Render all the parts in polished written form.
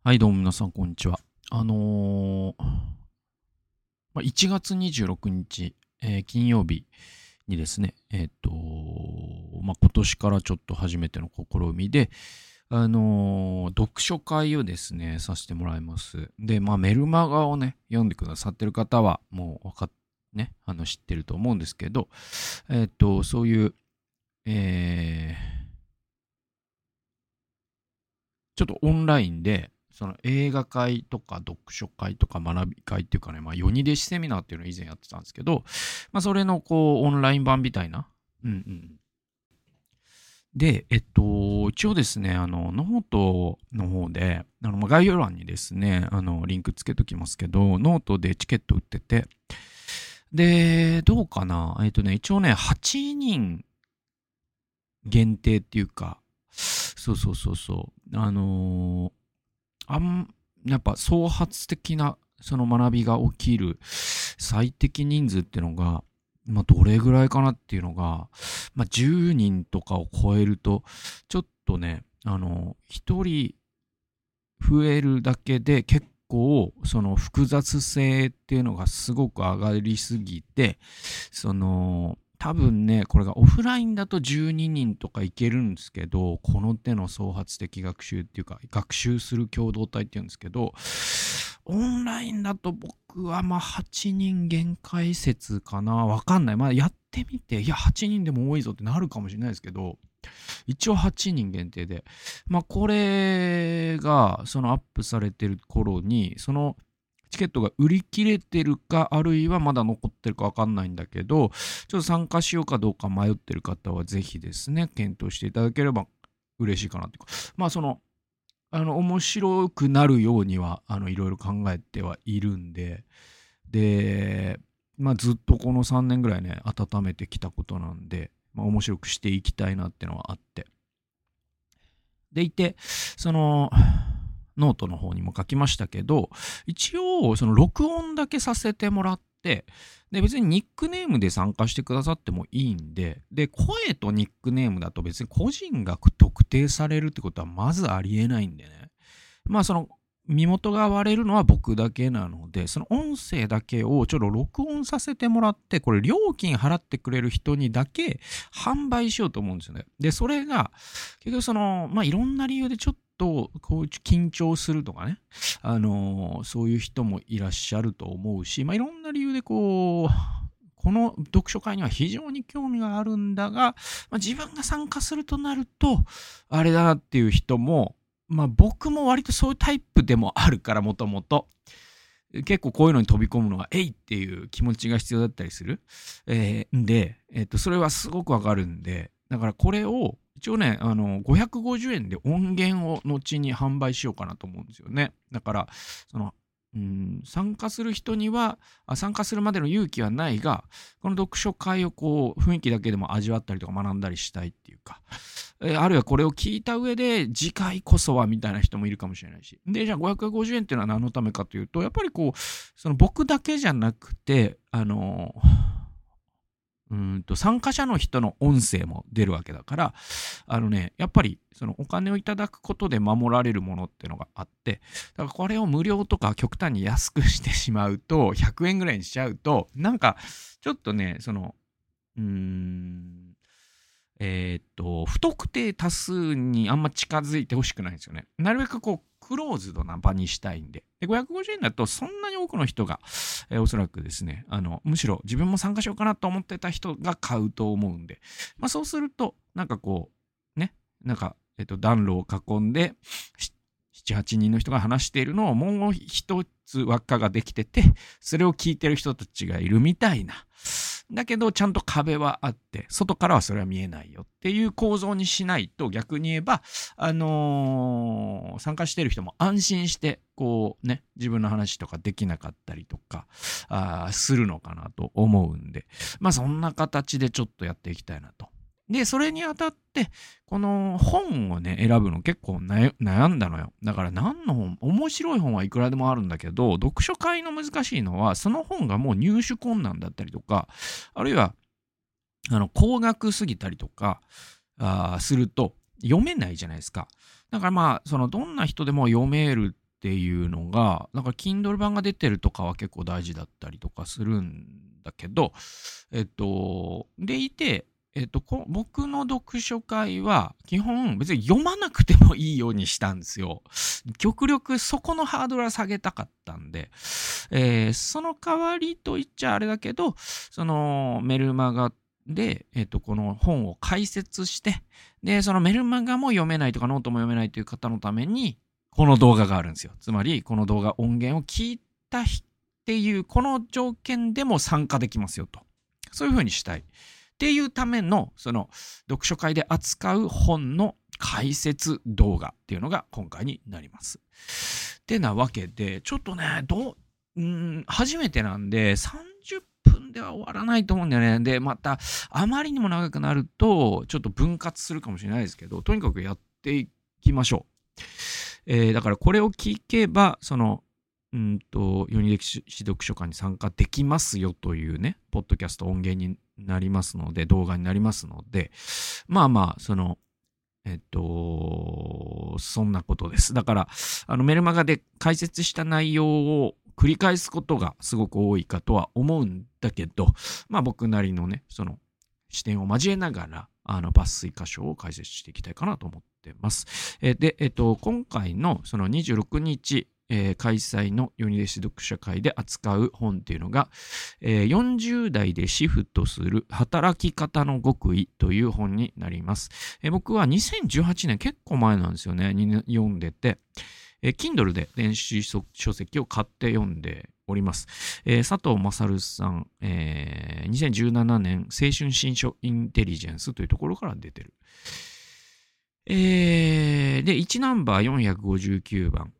はい、どうも皆さん、こんにちは。1月26日、金曜日にですね、今年からちょっと初めての試みで、読書会をですね、させてもらいます。で、メルマガをね、読んでくださってる方は、もう知ってると思うんですけど、そういう、えーちょっとオンラインで、その映画会とか読書会とか学び会っていうかね、世に弟子セミナーっていうのを以前やってたんですけど、それのこう、オンライン版みたいな。うんうん。で、一応ですね、ノートの方で、概要欄にですね、リンクつけときますけど、ノートでチケット売ってて、で、どうかな一応ね、8人限定っていうか、そうそうそうそう、やっぱ創発的なその学びが起きる最適人数っていうのが、どれぐらいかなっていうのが、10人とかを超えると、ちょっとね、1人増えるだけで結構、その複雑性っていうのがすごく上がりすぎて、多分ね、これがオフラインだと12人とかいけるんですけど、この手の創発的学習っていうか、学習する共同体っていうんですけど、オンラインだと僕は8人限界説かな。わかんない。やってみて、いや、8人でも多いぞってなるかもしれないですけど、一応8人限定で。これが、そのアップされてる頃に、そのチケットが売り切れてるか、あるいはまだ残ってるかわかんないんだけど、ちょっと参加しようかどうか迷ってる方は、ぜひですね、検討していただければ嬉しいかなっていうか。面白くなるようには、いろいろ考えてはいるんで、で、ずっとこの3年ぐらいね、温めてきたことなんで、面白くしていきたいなってのはあって。でいて、その、ノートの方にも書きましたけど、一応、その録音だけさせてもらって、で、別にニックネームで参加してくださってもいいんで、で、声とニックネームだと別に個人が特定されるってことはまずありえないんでね。その、身元が割れるのは僕だけなので、その音声だけをちょっと録音させてもらって、これ料金払ってくれる人にだけ販売しようと思うんですよね。で、それが、結局いろんな理由でちょっと、こう、緊張するとかね、そういう人もいらっしゃると思うし、いろんな理由でこう、この読書会には非常に興味があるんだが、自分が参加するとなると、あれだなっていう人も、僕も割とそういうタイプでもあるから、もともと。結構こういうのに飛び込むのは、えいっていう気持ちが必要だったりする。それはすごくわかるんで、だからこれを、一応ね、550円で音源を後に販売しようかなと思うんですよね。だから、その、参加する人には参加するまでの勇気はないが、この読書会をこう、雰囲気だけでも味わったりとか学んだりしたいっていうか、あるいはこれを聞いた上で、次回こそはみたいな人もいるかもしれないし。で、じゃあ550円っていうのは何のためかというと、やっぱりこう、その僕だけじゃなくて、参加者の人の音声も出るわけだから、やっぱりそのお金をいただくことで守られるものっていうのがあって、だからこれを無料とか極端に安くしてしまうと、100円ぐらいにしちゃうと、なんかちょっとね、うーん、不特定多数にあんま近づいてほしくないんですよね。なるべくこう、クローズドな場にしたいんで。で、550円だとそんなに多くの人が、おそらくですね、むしろ自分も参加しようかなと思ってた人が買うと思うんで、そうすると、なんかこう、ね、なんか、暖炉を囲んで、7、8人の人が話しているのをもう一つ輪っかができてて、それを聞いてる人たちがいるみたいな。だけど、ちゃんと壁はあって、外からはそれは見えないよっていう構造にしないと、逆に言えば、参加している人も安心して、こうね、自分の話とかできなかったりとか、するのかなと思うんで、そんな形でちょっとやっていきたいなと。で、それにあたって、この本をね、選ぶの結構悩んだのよ。だから何の本、面白い本はいくらでもあるんだけど、読書会の難しいのは、その本がもう入手困難だったりとか、あるいは、高額すぎたりとか、すると読めないじゃないですか。だからどんな人でも読めるっっていうのが、なんか Kindle 版が出てるとかは結構大事だったりとかするんだけど、でいて、僕の読書会は基本別に読まなくてもいいようにしたんですよ。極力そこのハードルは下げたかったんで、その代わりと言っちゃあれだけど、そのメルマガで、この本を解説して、で、そのメルマガも読めないとかノートも読めないという方のために、この動画があるんですよ。つまり、この動画音源を聞いたっていう、この条件でも参加できますよと。そういう風にしたい。っていうための、その、読書会で扱う本の解説動画っていうのが今回になります。ってなわけで、ちょっとね、初めてなんで、30分では終わらないと思うんだよね。で、また、あまりにも長くなると、ちょっと分割するかもしれないですけど、とにかくやっていきましょう。だからこれを聞けば、その、世に歴史読書会に参加できますよというね、ポッドキャスト音源になりますので、動画になりますので、まあまあ、その、そんなことです。だから、メルマガで解説した内容を繰り返すことがすごく多いかとは思うんだけど、まあ僕なりのね、その視点を交えながら、抜粋箇所を解説していきたいかなと思ってます。で、今回のその26日、開催の世に歴史読書会で扱う本っていうのが、40代でシフトする働き方の極意という本になります。僕は2018年結構前なんですよね、に読んでて、Kindle で電子書籍を買って読んでおります。佐藤勝さん、2017年青春新書インテリジェンスというところから出てる。で、1ナンバー459番。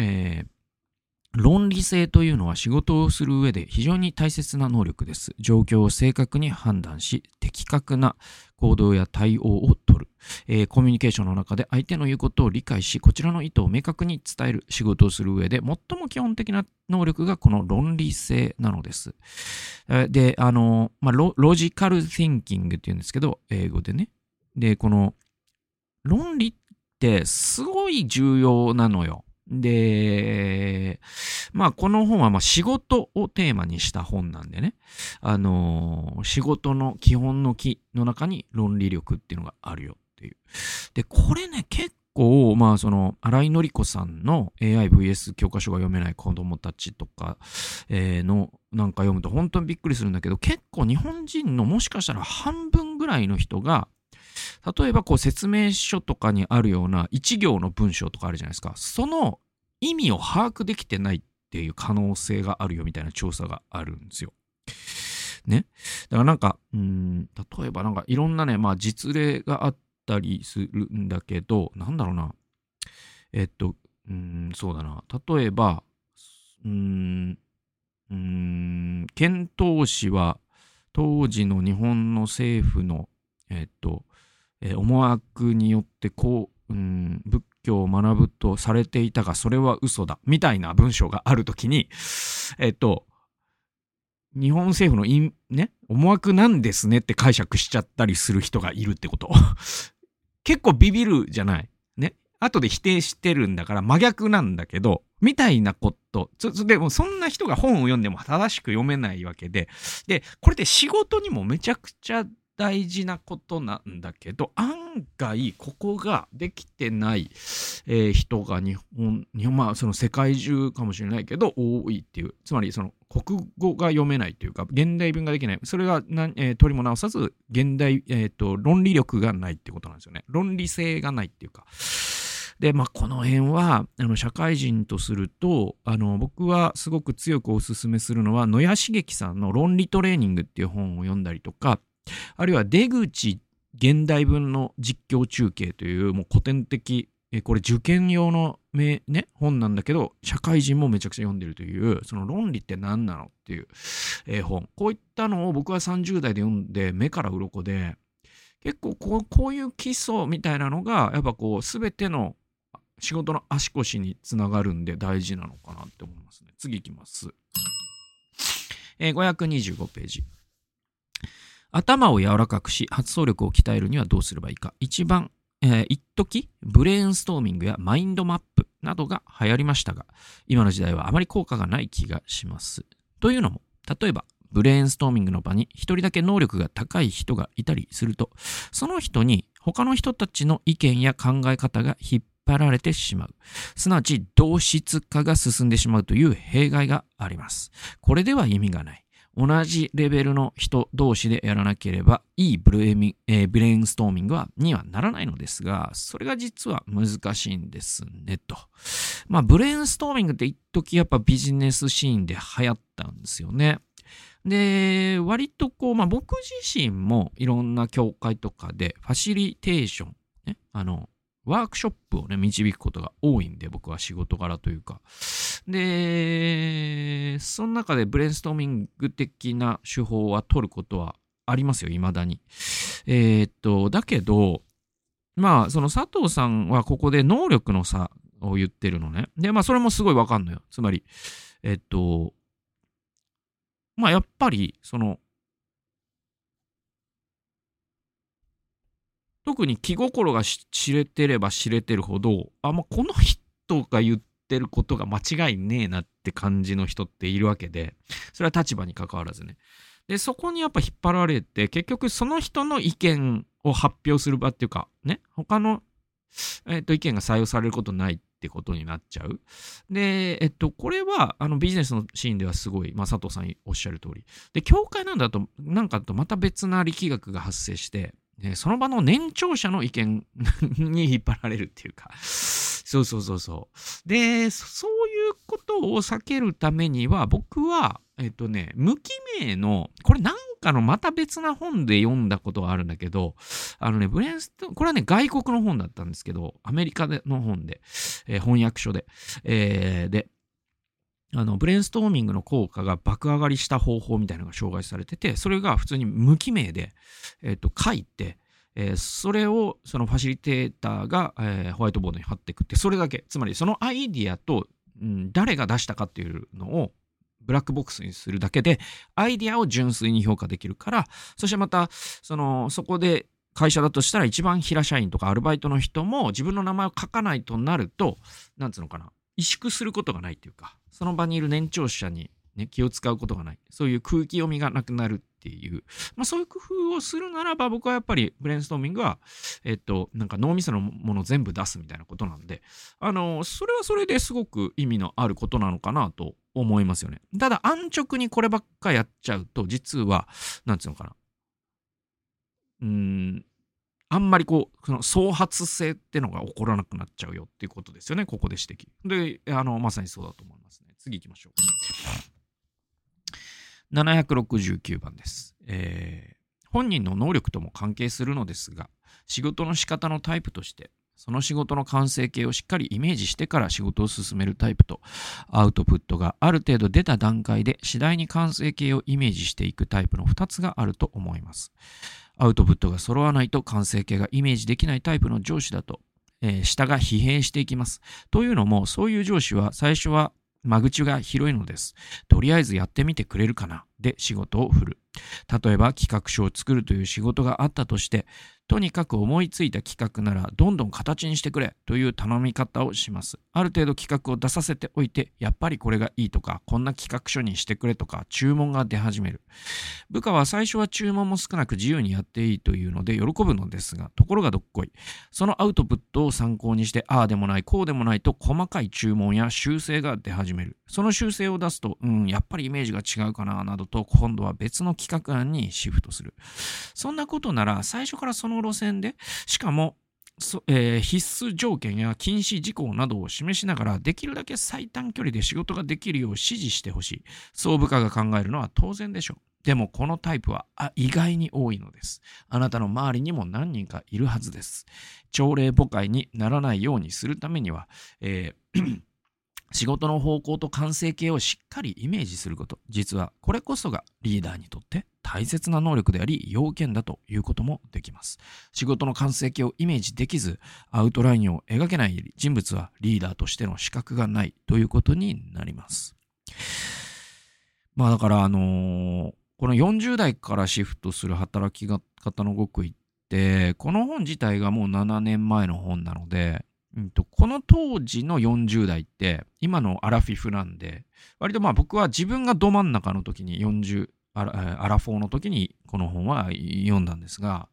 論理性というのは仕事をする上で非常に大切な能力です。状況を正確に判断し、的確な行動や対応を取る。コミュニケーションの中で相手の言うことを理解し、こちらの意図を明確に伝える仕事をする上で最も基本的な能力がこの論理性なのです。で、ロジカル・シンキングっていうんですけど、英語でね。で、この論理ってすごい重要なのよ。で、まあこの本はまあ仕事をテーマにした本なんでね、仕事の基本の木の中に論理力っていうのがあるよっていう。で、これね、結構、まあその、新井紀子さんの AIVS 教科書が読めない子供たちとか、のなんか読むと本当にびっくりするんだけど、結構日本人のもしかしたら半分ぐらいの人が、例えばこう説明書とかにあるような一行の文章とかあるじゃないですか。その意味を把握できてないっていう可能性があるよみたいな調査があるんですよ。ね。だからなんか、例えばなんかいろんなね、まあ実例があったりするんだけど、なんだろうな。そうだな。例えば、遣唐使は当時の日本の政府の思惑によって仏教を学ぶとされていたがそれは嘘だみたいな文章があるときに日本政府の思惑なんですねって解釈しちゃったりする人がいるってこと結構ビビるじゃないね。後で否定してるんだから真逆なんだけどみたいなことでもそんな人が本を読んでも正しく読めないわけでこれって仕事にもめちゃくちゃ大事なことなんだけど案外ここができてない、人が日本まあその世界中かもしれないけど多いっていうつまりその国語が読めないというか現代文ができないそれが取りも直さず現代、論理力がないってことなんですよね。論理性がないっていうかでまあこの辺は社会人とすると僕はすごく強くお勧めするのは野谷茂樹さんの論理トレーニングっていう本を読んだりとかあるいは出口現代文の実況中継というもう古典的これ受験用の本なんだけど社会人もめちゃくちゃ読んでるというその論理って何なのっていう、本こういったのを僕は30代で読んで目から鱗で結構こういう基礎みたいなのがやっぱこう全ての仕事の足腰につながるんで大事なのかなって思いますね。次いきます。525ページ。頭を柔らかくし発想力を鍛えるにはどうすればいいか。一番、一時ブレインストーミングやマインドマップなどが流行りましたが、今の時代はあまり効果がない気がします。というのも、例えば、ブレインストーミングの場に一人だけ能力が高い人がいたりすると、その人に他の人たちの意見や考え方が引っ張られてしまう。すなわち同質化が進んでしまうという弊害があります。これでは意味がない。同じレベルの人同士でやらなければいいブレインストーミングにはならないのですが、それが実は難しいんですねと。ブレインストーミングって一時やっぱビジネスシーンで流行ったんですよね。で、割と僕自身もいろんな協会とかでファシリテーション、ね、ワークショップをね、導くことが多いんで、僕は仕事柄というか。で、その中でブレインストーミング的な手法は取ることはありますよ、未だに。だけど、その佐藤さんはここで能力の差を言ってるのね。で、それもすごいわかんのよ。つまり、やっぱり、特に気心が知れてれば知れてるほど、この人が言ってることが間違いねえなって感じの人っているわけで、それは立場に関わらずね。で、そこにやっぱ引っ張られて、結局その人の意見を発表する場っていうか、ね、他の、意見が採用されることないってことになっちゃう。で、これは、ビジネスのシーンではすごい、佐藤さんおっしゃる通り。で、教会なんかとまた別な力学が発生して、その場の年長者の意見に引っ張られるっていうか、そう。で、そういうことを避けるためには、僕は、無記名の、これなんかのまた別な本で読んだことがあるんだけど、これはね、外国の本だったんですけど、アメリカの本で、翻訳書で、で、ブレインストーミングの効果が爆上がりした方法みたいなのが紹介されてて、それが普通に無記名で、書いて、それをそのファシリテーターが、ホワイトボードに貼っていくって、それだけ。つまりそのアイディアと、誰が出したかっていうのをブラックボックスにするだけで、アイディアを純粋に評価できるから、そしてまた、そこで会社だとしたら一番平社員とかアルバイトの人も自分の名前を書かないとなると、なんつうのかな、萎縮することがないっていうか、その場にいる年長者に、ね、気を使うことがない。そういう空気読みがなくなるっていう。そういう工夫をするならば、僕はやっぱりブレインストーミングは、なんか脳みそのものを全部出すみたいなことなんで、それはそれですごく意味のあることなのかなと思いますよね。ただ、安直にこればっかやっちゃうと、実は、なんつうのかな。あんまりその創発性ってのが起こらなくなっちゃうよっていうことですよね、ここで指摘。で、まさにそうだと思いますね。次行きましょう。769番です。本人の能力とも関係するのですが、仕事の仕方のタイプとして、その仕事の完成形をしっかりイメージしてから仕事を進めるタイプと、アウトプットがある程度出た段階で次第に完成形をイメージしていくタイプの2つがあると思います。アウトプットが揃わないと完成形がイメージできないタイプの上司だと、下が疲弊していきます。というのも、そういう上司は最初は間口が広いのです。とりあえずやってみてくれるかなで仕事を振る。例えば企画書を作るという仕事があったとして、とにかく思いついた企画ならどんどん形にしてくれという頼み方をします。ある程度企画を出させておいて、やっぱりこれがいいとか、こんな企画書にしてくれとか、注文が出始める。部下は最初は注文も少なく自由にやっていいというので喜ぶのですが、ところがどっこい。そのアウトプットを参考にして、ああでもない、こうでもないと細かい注文や修正が出始める。その修正を出すと、やっぱりイメージが違うかな、などと今度は別の企画案にシフトする。そんなことなら最初からその路線で、しかも必須条件や禁止事項などを示しながらできるだけ最短距離で仕事ができるよう指示してほしい。そう部下が考えるのは当然でしょう。でもこのタイプは意外に多いのです。あなたの周りにも何人かいるはずです。朝令暮改にならないようにするためには、仕事の方向と完成形をしっかりイメージすること。実はこれこそがリーダーにとって大切な能力であり要件だということもできます。仕事の完成形をイメージできずアウトラインを描けない人物はリーダーとしての資格がないということになります。だからこの40代からシフトする働き方の極意ってこの本自体がもう7年前の本なのでこの当時の40代って今のアラフィフなんで、割と僕は自分がど真ん中の時にアラフォーの時にこの本は読んだんですが、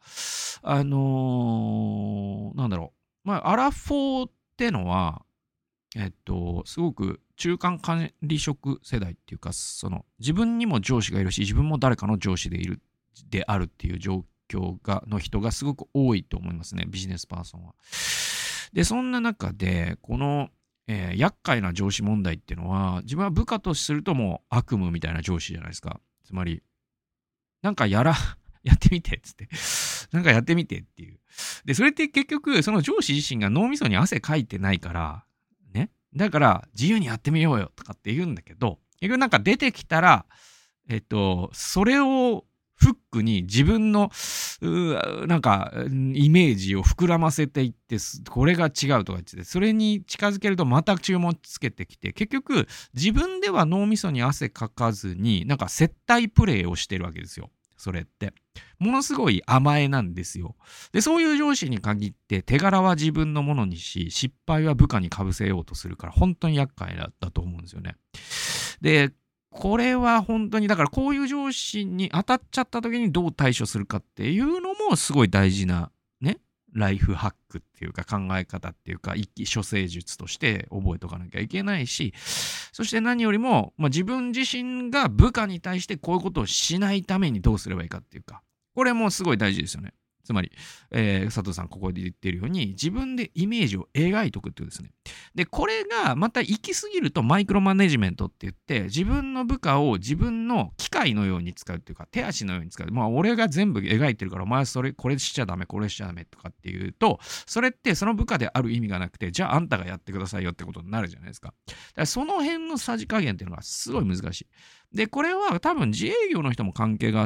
なんだろう。アラフォーってのは、すごく中間管理職世代っていうか、自分にも上司がいるし、自分も誰かの上司であるっていう状況の人がすごく多いと思いますね、ビジネスパーソンは。で、そんな中で、この、厄介な上司問題っていうのは、自分は部下とするともう悪夢みたいな上司じゃないですか。つまり、やってみてっつって。やってみてっていう。で、それって結局、その上司自身が脳みそに汗かいてないから、ね。だから、自由にやってみようよとかって言うんだけど、結局出てきたら、それをフックに自分の、イメージを膨らませていって、これが違うとか言ってて、それに近づけるとまた注文つけてきて、結局、自分では脳みそに汗かかずに、接待プレイをしてるわけですよ。それって。ものすごい甘えなんですよ。で、そういう上司に限って手柄は自分のものにし、失敗は部下にかぶせようとするから、本当に厄介だと思うんですよね。で、これは本当に、だからこういう上司に当たっちゃった時にどう対処するかっていうのもすごい大事な、ね、ライフハックっていうか考え方っていうか、処世術として覚えとかなきゃいけないし、そして何よりも、自分自身が部下に対してこういうことをしないためにどうすればいいかっていうか、これもすごい大事ですよね。つまり、佐藤さんここで言ってるように、自分でイメージを描いとくっていうですね。で、これがまた行き過ぎるとマイクロマネジメントって言って、自分の部下を自分の機械のように使うっていうか、手足のように使う。俺が全部描いてるから、お前これしちゃダメ、これしちゃダメとかっていうと、それってその部下である意味がなくて、じゃああんたがやってくださいよってことになるじゃないですか。だからその辺のさじ加減っていうのがすごい難しい。で、これは多分自営業の人も関係があって、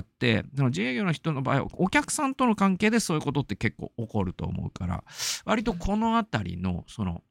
その自営業の人の場合はお客さんとの関係でそういうことって結構起こると思うから、割とこのあたりの、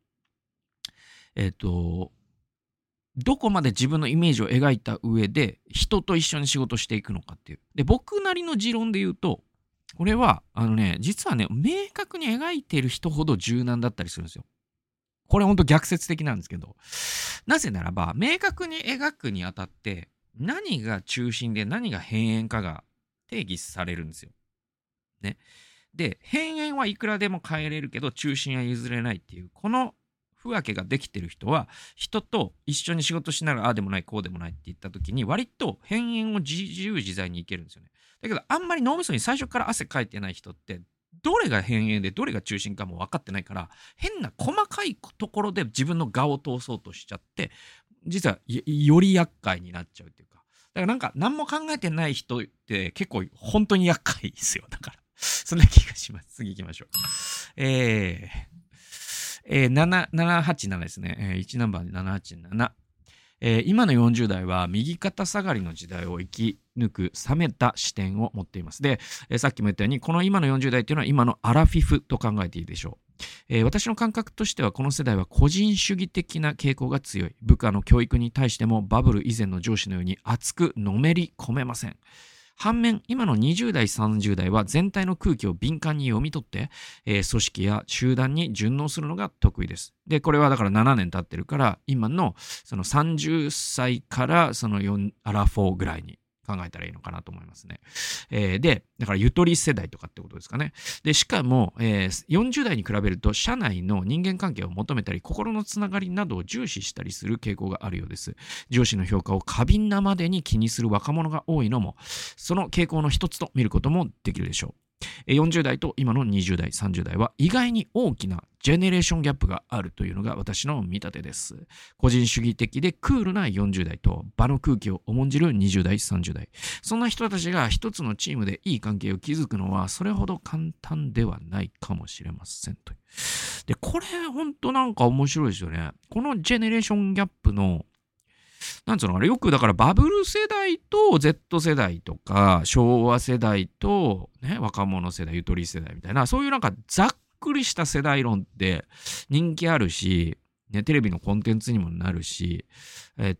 どこまで自分のイメージを描いた上で人と一緒に仕事していくのかっていう。で、僕なりの持論で言うと、これは、実はね、明確に描いている人ほど柔軟だったりするんですよ。これほんと逆説的なんですけど、なぜならば、明確に描くにあたって、何が中心で何が辺縁かが定義されるんですよ。ね。で、辺縁はいくらでも変えれるけど、中心は譲れないっていう、この区分けができてる人は、人と一緒に仕事しながら、ああでもない、こうでもないって言った時に、割と辺縁を自由自在にいけるんですよね。だけど、あんまり脳みそに最初から汗かいてない人って、どれが辺縁でどれが中心かも分かってないから、変な細かいところで自分の我を通そうとしちゃって、実はより厄介になっちゃうっていうか。だから何も考えてない人って結構本当に厄介ですよ。だから、そんな気がします。次行きましょう。787ですね。1ナンバーで787。今の40代は右肩下がりの時代を生き抜く冷めた視点を持っています。で、さっきも言ったように、この今の40代っていうのは今のアラフィフと考えていいでしょう。私の感覚としてはこの世代は個人主義的な傾向が強い。部下の教育に対してもバブル以前の上司のように熱くのめり込めません。反面、今の20代、30代は全体の空気を敏感に読み取って、組織や集団に順応するのが得意です。で、これはだから7年経ってるから、今のその30歳からそのアラフォーぐらいに考えたらいいのかなと思いますね。で、だからゆとり世代とかってことですかね。で、しかも、40代に比べると社内の人間関係を求めたり、心のつながりなどを重視したりする傾向があるようです。上司の評価を過敏なまでに気にする若者が多いのも、その傾向の一つと見ることもできるでしょう。40代と今の20代、30代は意外に大きなジェネレーションギャップがあるというのが私の見立てです。個人主義的でクールな40代と場の空気を重んじる20代、30代。そんな人たちが一つのチームでいい関係を築くのはそれほど簡単ではないかもしれませんと。で、これ本当面白いですよね。このジェネレーションギャップのなんつうのかな、よくだからバブル世代と Z 世代とか昭和世代と、ね、若者世代、ゆとり世代みたいな、そういうざっくりした世代論って人気あるし、ね、テレビのコンテンツにもなるし、我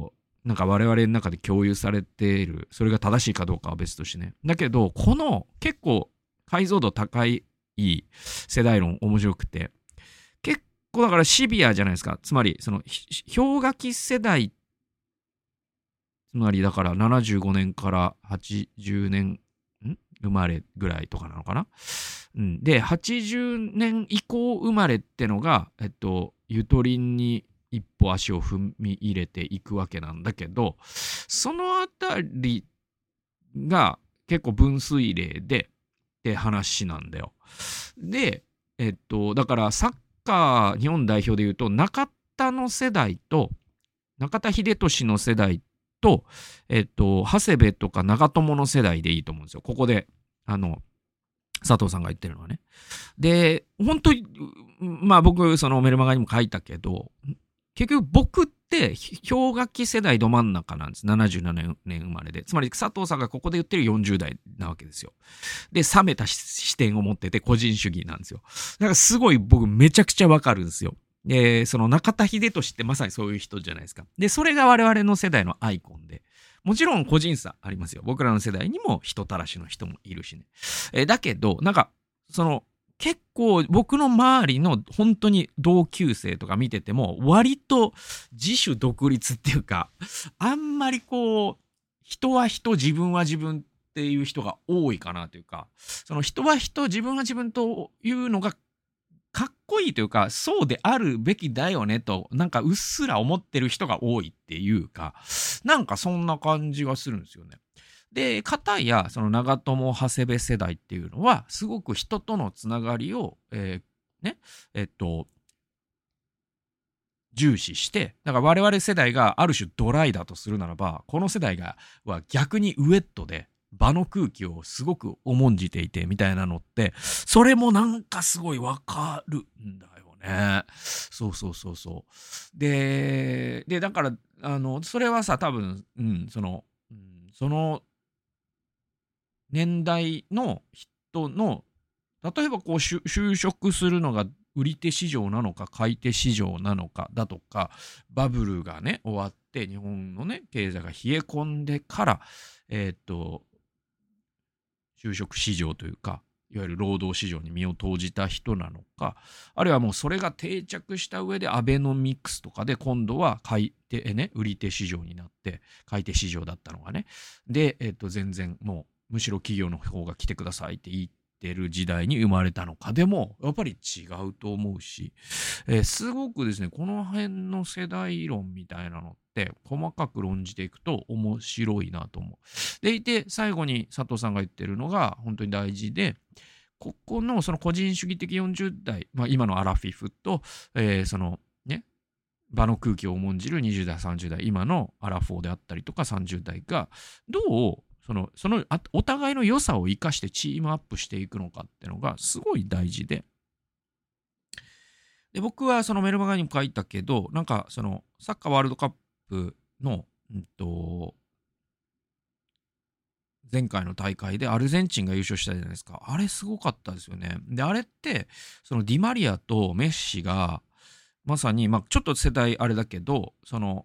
々の中で共有されている、それが正しいかどうかは別としてね。だけど、この結構解像度高い世代論面白くて、結構だからシビアじゃないですか。つまり、その、氷河期世代、つまりだから75年から80年、生まれぐらいとかなのかな。で、80年以降生まれってのが、ゆとりんに一歩足を踏み入れていくわけなんだけど、そのあたりが結構分水嶺でって話なんだよ。で、だからサッカー日本代表でいうと、中田の世代と、中田英寿の世代と、長谷部とか長友の世代でいいと思うんですよ。ここで、佐藤さんが言ってるのはね。で、本当に、まあ僕、そのメルマガにも書いたけど、結局僕って氷河期世代ど真ん中なんです。77年生まれで。つまり佐藤さんがここで言ってる40代なわけですよ。で、冷めた視点を持ってて個人主義なんですよ。だからすごい僕めちゃくちゃわかるんですよ。で、その中田英寿ってまさにそういう人じゃないですか。で、それが我々の世代のアイコンで。もちろん個人差ありますよ。僕らの世代にも人たらしの人もいるしね。だけど、なんか、その、結構僕の周りの本当に同級生とか見てても割と自主独立っていうか、あんまりこう人は人自分は自分っていう人が多いかなというか、その人は人自分は自分というのがかっこいいというか、そうであるべきだよねとなんかうっすら思ってる人が多いっていうか、なんかそんな感じがするんですよね。で、片や、その長友、長谷部世代っていうのは、すごく人とのつながりを、重視して、だから我々世代がある種ドライだとするならば、この世代は逆にウェットで、場の空気をすごく重んじていてみたいなのって、それもなんかすごいわかるんだよね。そうそうそうそう。で、だから、それはさ、多分、その年代の人の、例えばこう就職するのが売り手市場なのか買い手市場なのかだとか、バブルがね終わって日本のね経済が冷え込んでから就職市場というか、いわゆる労働市場に身を投じた人なのか、あるいはもうそれが定着した上でアベノミクスとかで今度は買い手ね、売り手市場になって買い手市場だったのがね、で全然もうむしろ企業の方が来てくださいって言ってる時代に生まれたのかでもやっぱり違うと思うし、すごくですねこの辺の世代論みたいなのって細かく論じていくと面白いなと思う。でいて最後に佐藤さんが言ってるのが本当に大事で、ここのその個人主義的40代、今のアラフィフと、そのね場の空気を重んじる20代30代今のアラフォーであったりとか30代がどうそのお互いの良さを生かしてチームアップしていくのかっていうのがすごい大事で、僕はそのメルマガにも書いたけど、なんかそのサッカーワールドカップの、前回の大会でアルゼンチンが優勝したじゃないですか。あれすごかったですよね。で、あれって、そのディマリアとメッシが、まさに、ちょっと世代あれだけど、その、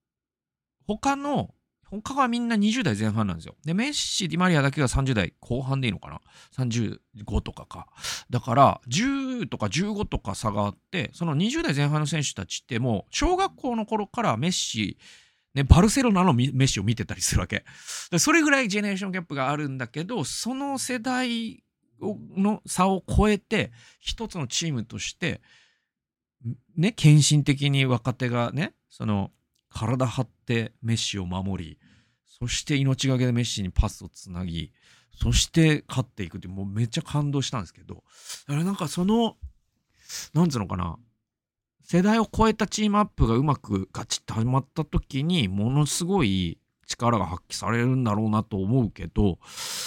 他はみんな20代前半なんですよ。で、メッシ、ディマリアだけが30代後半でいいのかな ?35 とかか。だから、10とか15とか差があって、その20代前半の選手たちってもう、小学校の頃からメッシ、ね、バルセロナのメッシを見てたりするわけ。でそれぐらいジェネレーションギャップがあるんだけど、その世代の差を超えて、一つのチームとして、ね、献身的に若手がね、その、体張ってメッシを守り、そして命がけでメッシにパスをつなぎ、そして勝っていくって、もうめっちゃ感動したんですけど、だからなんかその、なんつうのかな、世代を超えたチームアップがうまくガチッと始まった時に、ものすごい力が発揮されるんだろうなと思うけど、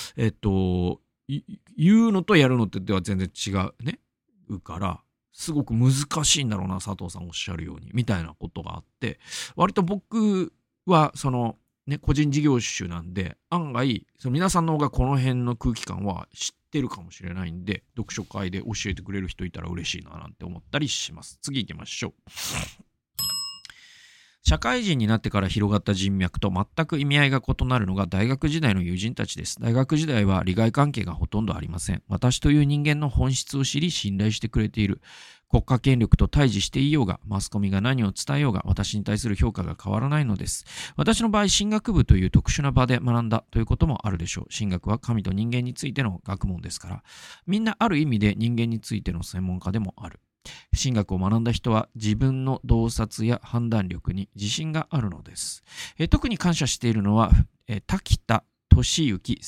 言うのとやるのってでは全然違うね、から、すごく難しいんだろうな、佐藤さんおっしゃるようにみたいなことがあって、割と僕はそのね個人事業主なんで、案外その皆さんの方がこの辺の空気感は知ってるかもしれないんで、読書会で教えてくれる人いたら嬉しいななんて思ったりします。次行きましょう。 社会人になってから広がった人脈と全く意味合いが異なるのが大学時代の友人たちです。大学時代は利害関係がほとんどありません。私という人間の本質を知り信頼してくれている。国家権力と対峙していようが、マスコミが何を伝えようが、私に対する評価が変わらないのです。私の場合、神学部という特殊な場で学んだということもあるでしょう。神学は神と人間についての学問ですから、みんなある意味で人間についての専門家でもある。神学を学んだ人は自分の洞察や判断力に自信があるのです。特に感謝しているのは、滝田俊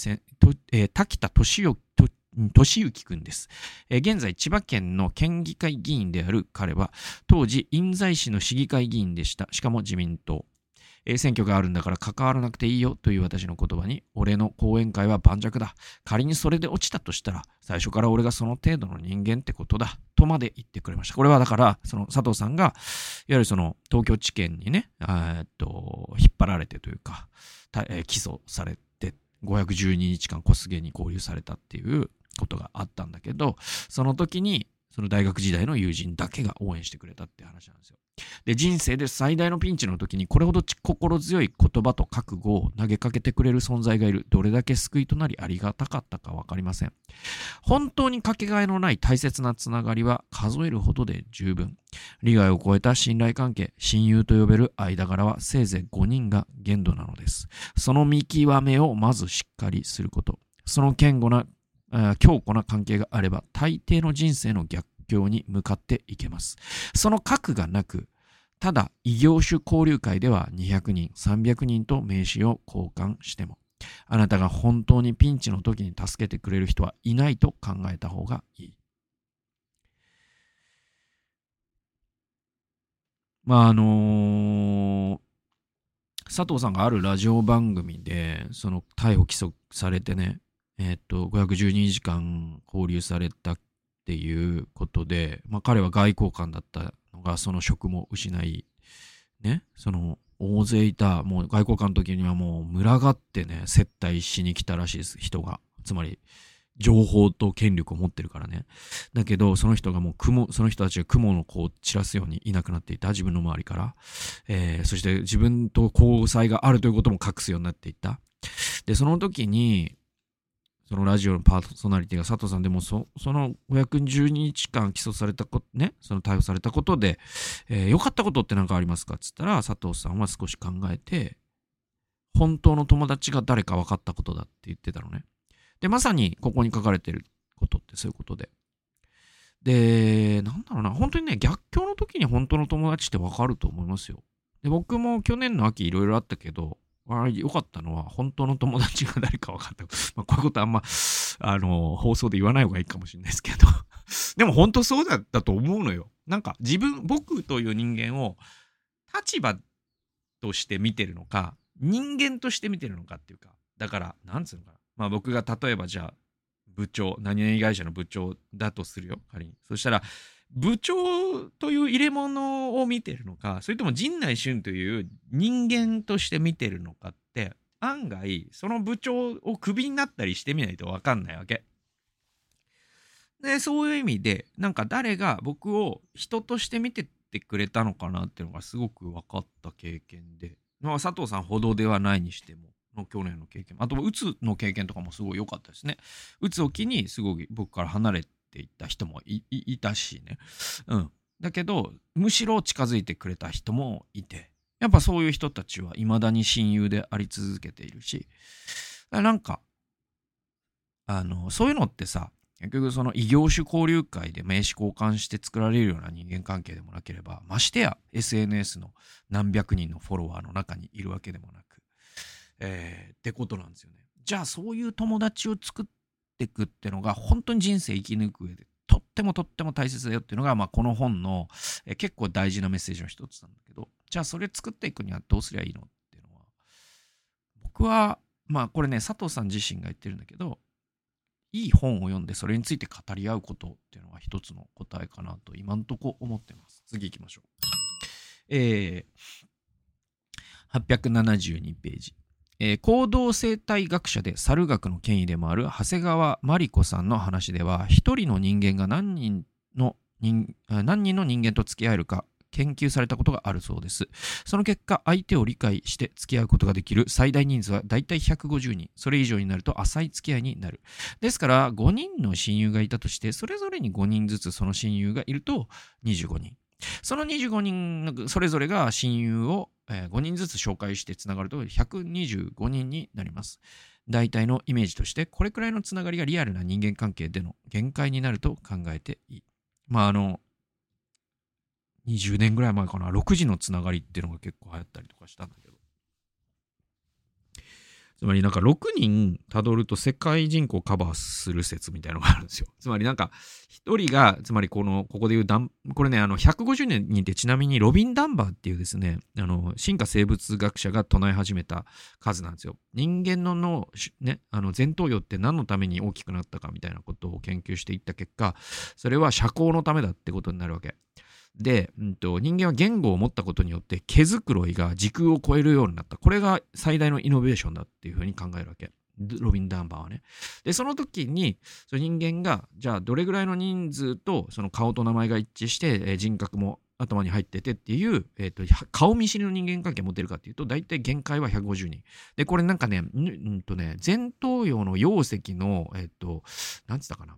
之君です。現在、千葉県の県議会議員である彼は、当時、印西市の市議会議員でした。しかも自民党。選挙があるんだから関わらなくていいよという私の言葉に、俺の講演会は盤石だ。仮にそれで落ちたとしたら、最初から俺がその程度の人間ってことだ。とまで言ってくれました。これはだから、その佐藤さんが、いわゆるその東京地検にね、引っ張られてというか、起訴されて、512日間小菅に勾留されたっていうことがあったんだけど、その時に、その大学時代の友人だけが応援してくれたって話なんですよ。で、人生で最大のピンチの時にこれほど心強い言葉と覚悟を投げかけてくれる存在がいる。どれだけ救いとなりありがたかったかわかりません。本当にかけがえのない大切なつながりは数えるほどで十分。利害を超えた信頼関係、親友と呼べる間柄はせいぜい5人が限度なのです。その見極めをまずしっかりすること。その強固な関係があれば、大抵の人生の逆境に向かっていけます。その核がなく、ただ異業種交流会では200人、300人と名刺を交換しても、あなたが本当にピンチの時に助けてくれる人はいないと考えた方がいい。佐藤さんがあるラジオ番組で、その逮捕起訴されてね、512時間勾留されたっていうことで、彼は外交官だったのがその職も失い、ね、その大勢いた、もう外交官の時にはもう群がってね、接待しに来たらしいです、人が。つまり、情報と権力を持ってるからね。だけど、その人がもうその人たちが雲の子を散らすようにいなくなっていた、自分の周りから。そして自分と交際があるということも隠すようになっていった。で、その時に、そのラジオのパーソナリティが佐藤さんでもその512日間起訴されたことね、その逮捕されたことで、良かったことって何かありますかって言ったら、佐藤さんは少し考えて、本当の友達が誰か分かったことだって言ってたのね。で、まさにここに書かれてることってそういうことで。で、なんだろうな、本当にね、逆境の時に本当の友達って分かると思いますよ。で、僕も去年の秋いろいろあったけど、良かったのは本当の友達が誰か分かった。こういうことあんま、放送で言わない方がいいかもしれないですけど。でも本当そうだったと思うのよ。なんか僕という人間を立場として見てるのか、人間として見てるのかっていうか、だから、なんつうのかな。僕が例えばじゃあ、何々会社の部長だとするよ、仮に。そしたら、部長という入れ物を見てるのか、それとも陣内俊という人間として見てるのかって、案外、その部長をクビになったりしてみないと分かんないわけ。で、そういう意味で、なんか誰が僕を人として見てってくれたのかなっていうのがすごく分かった経験で、佐藤さんほどではないにしても、去年の経験、あと、うつの経験とかもすごい良かったですね。うつを機に、すごい僕から離れていった人も いたしね。うん。だけど、むしろ近づいてくれた人もいて、やっぱそういう人たちは未だに親友であり続けているし、なんか、そういうのってさ、結局その異業種交流会で名刺交換して作られるような人間関係でもなければ、ましてや SNS の何百人のフォロワーの中にいるわけでもなく、ってことなんですよね。じゃあそういう友達を作っていくってのが本当に人生生き抜く上でとっても大切だよっていうのが、この本の、結構大事なメッセージの一つなんだけど、じゃあそれ作っていくにはどうすりゃいいのっていうのは、僕はこれね、佐藤さん自身が言ってるんだけど、いい本を読んでそれについて語り合うことっていうのが一つの答えかなと今んとこ思ってます。次行きましょう。872ページ。行動生態学者で猿学の権威でもある長谷川真理子さんの話では、一人の人間が何人の人間と付き合えるか研究されたことがあるそうです。その結果、相手を理解して付き合うことができる最大人数はだいたい150人。それ以上になると浅い付き合いになる。ですから、5人の親友がいたとして、それぞれに5人ずつその親友がいると25人。その25人のそれぞれが親友を5人ずつ紹介してつながると125人になります。大体のイメージとして、これくらいのつながりがリアルな人間関係での限界になると考えていい。20年ぐらい前かな、6時のつながりっていうのが結構流行ったりとかしたんだけど。つまりなんか6人たどると世界人口をカバーする説みたいなのがあるんですよ。つまりなんか1人が、つまりここで言うこれね、150人ってちなみにロビン・ダンバーっていうですね、進化生物学者が唱え始めた数なんですよ。人間の脳、ね、前頭葉って何のために大きくなったかみたいなことを研究していった結果、それは社交のためだってことになるわけ。で、人間は言語を持ったことによって毛づくろいが時空を超えるようになった。これが最大のイノベーションだっていうふうに考えるわけ。ロビン・ダンバーはね。で、その時に、その人間が、じゃあどれぐらいの人数とその顔と名前が一致して、人格も頭に入っててっていう、顔見知りの人間関係を持てるかっていうと、大体限界は150人。で、これなんかね、前頭葉の溶石の、なんつったかな。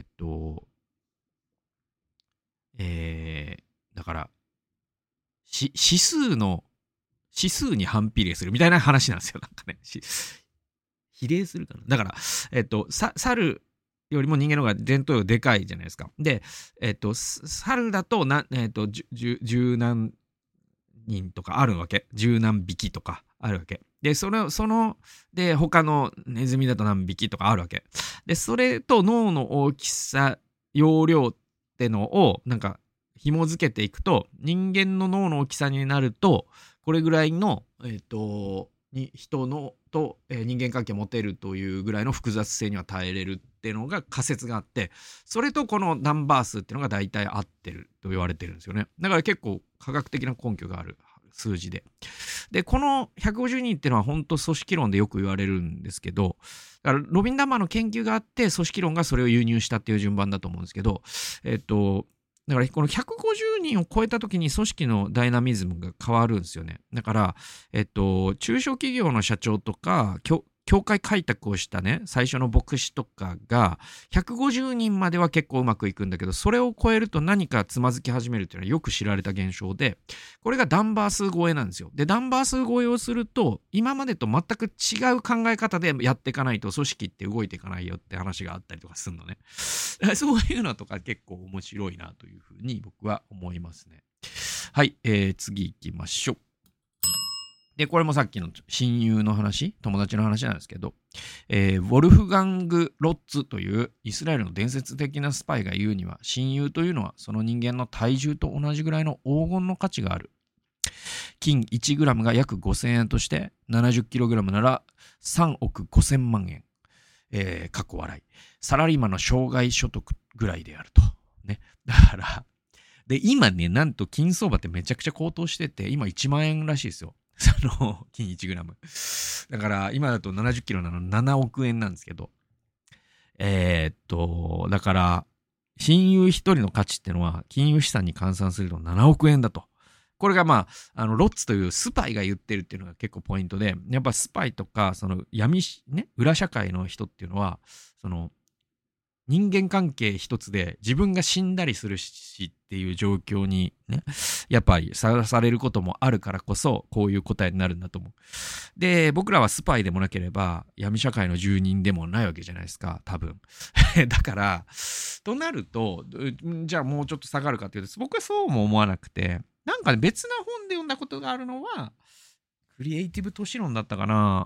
だから、指数に反比例するみたいな話なんですよ。なんかね、比例するかな。だから、猿よりも人間の方が前頭葉でかいじゃないですか。で、猿だと十何人とかあるわけ。十何匹とかあるわけ。で、で、他のネズミだと何匹とかあるわけ。で、それと脳の大きさ、容量ってのを、なんか、紐付けていくと、人間の脳の大きさになると、これぐらいの、人のと、人間関係を持てるというぐらいの複雑性には耐えれるっていうのが仮説があって、それとこのナンバー数っていうのが大体合ってると言われてるんですよね。だから結構科学的な根拠がある数字で。で、この150人っていうのは本当組織論でよく言われるんですけど、だからロビン・ダンバーの研究があって組織論がそれを輸入したっていう順番だと思うんですけど、だからこの150人を超えた時に組織のダイナミズムが変わるんですよね。だから、中小企業の社長とか、教会開拓をしたね、最初の牧師とかが、150人までは結構うまくいくんだけど、それを超えると何かつまずき始めるっていうのはよく知られた現象で、これがダンバー数超えなんですよ。で、ダンバー数超えをすると、今までと全く違う考え方でやっていかないと組織って動いていかないよって話があったりとかするのね。そういうのとか結構面白いなというふうに僕は思いますね。はい、次行きましょう。で、これもさっきの親友の話、友達の話なんですけど、ウォルフガング・ロッツというイスラエルの伝説的なスパイが言うには、親友というのはその人間の体重と同じぐらいの黄金の価値がある。金 1g が約5000円として、70kg なら3億5000万円。過去笑い。サラリーマンの生涯所得ぐらいであると。ね。だから、で、今ね、なんと金相場ってめちゃくちゃ高騰してて、今1万円らしいですよ。金 1g。だから、今だと70キロなの7億円なんですけど。だから、親友一人の価値ってのは、金融資産に換算すると7億円だと。これがロッツというスパイが言ってるっていうのが結構ポイントで、やっぱスパイとか、その裏社会の人っていうのは、その、人間関係一つで自分が死んだりするしっていう状況にね、やっぱりさらされることもあるからこそ、こういう答えになるんだと思う。で、僕らはスパイでもなければ、闇社会の住人でもないわけじゃないですか、多分。だから、となると、じゃあもうちょっと下がるかっていうと、僕はそうも思わなくて、なんかね、別な本で読んだことがあるのは、クリエイティブ都市論だったかな。